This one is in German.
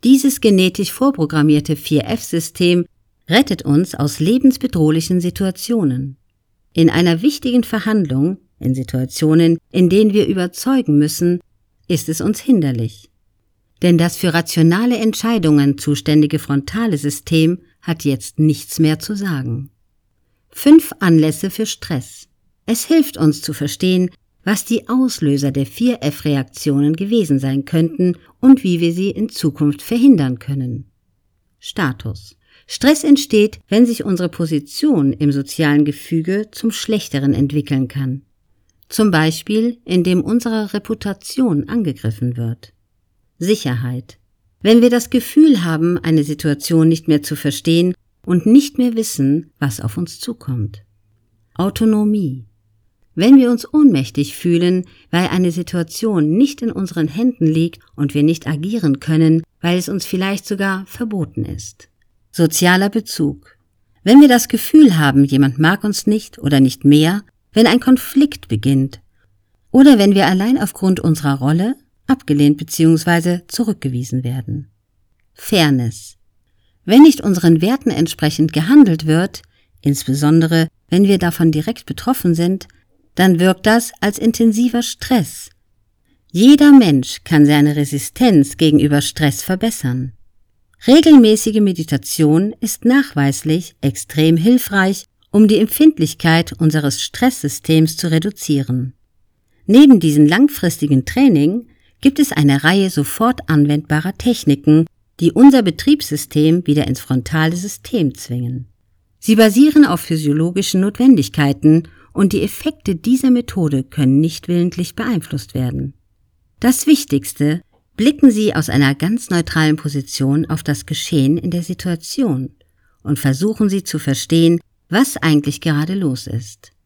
Dieses genetisch vorprogrammierte 4F-System rettet uns aus lebensbedrohlichen Situationen. In einer wichtigen Verhandlung, in Situationen, in denen wir überzeugen müssen, ist es uns hinderlich. Denn das für rationale Entscheidungen zuständige frontale System hat jetzt nichts mehr zu sagen. 5 Anlässe für Stress. Es hilft uns zu verstehen, was die Auslöser der 4F-Reaktionen gewesen sein könnten und wie wir sie in Zukunft verhindern können. Status. Stress entsteht, wenn sich unsere Position im sozialen Gefüge zum Schlechteren entwickeln kann. Zum Beispiel, indem unsere Reputation angegriffen wird. Sicherheit. Wenn wir das Gefühl haben, eine Situation nicht mehr zu verstehen und nicht mehr wissen, was auf uns zukommt. Autonomie. Wenn wir uns ohnmächtig fühlen, weil eine Situation nicht in unseren Händen liegt und wir nicht agieren können, weil es uns vielleicht sogar verboten ist. Sozialer Bezug. Wenn wir das Gefühl haben, jemand mag uns nicht oder nicht mehr, wenn ein Konflikt beginnt oder wenn wir allein aufgrund unserer Rolle abgelehnt bzw. zurückgewiesen werden. Fairness. Wenn nicht unseren Werten entsprechend gehandelt wird, insbesondere wenn wir davon direkt betroffen sind, dann wirkt das als intensiver Stress. Jeder Mensch kann seine Resistenz gegenüber Stress verbessern. Regelmäßige Meditation ist nachweislich extrem hilfreich, um die Empfindlichkeit unseres Stresssystems zu reduzieren. Neben diesem langfristigen Training gibt es eine Reihe sofort anwendbarer Techniken, die unser Betriebssystem wieder ins frontale System zwingen. Sie basieren auf physiologischen Notwendigkeiten und die Effekte dieser Methode können nicht willentlich beeinflusst werden. Das Wichtigste: blicken Sie aus einer ganz neutralen Position auf das Geschehen in der Situation und versuchen Sie zu verstehen, was eigentlich gerade los ist.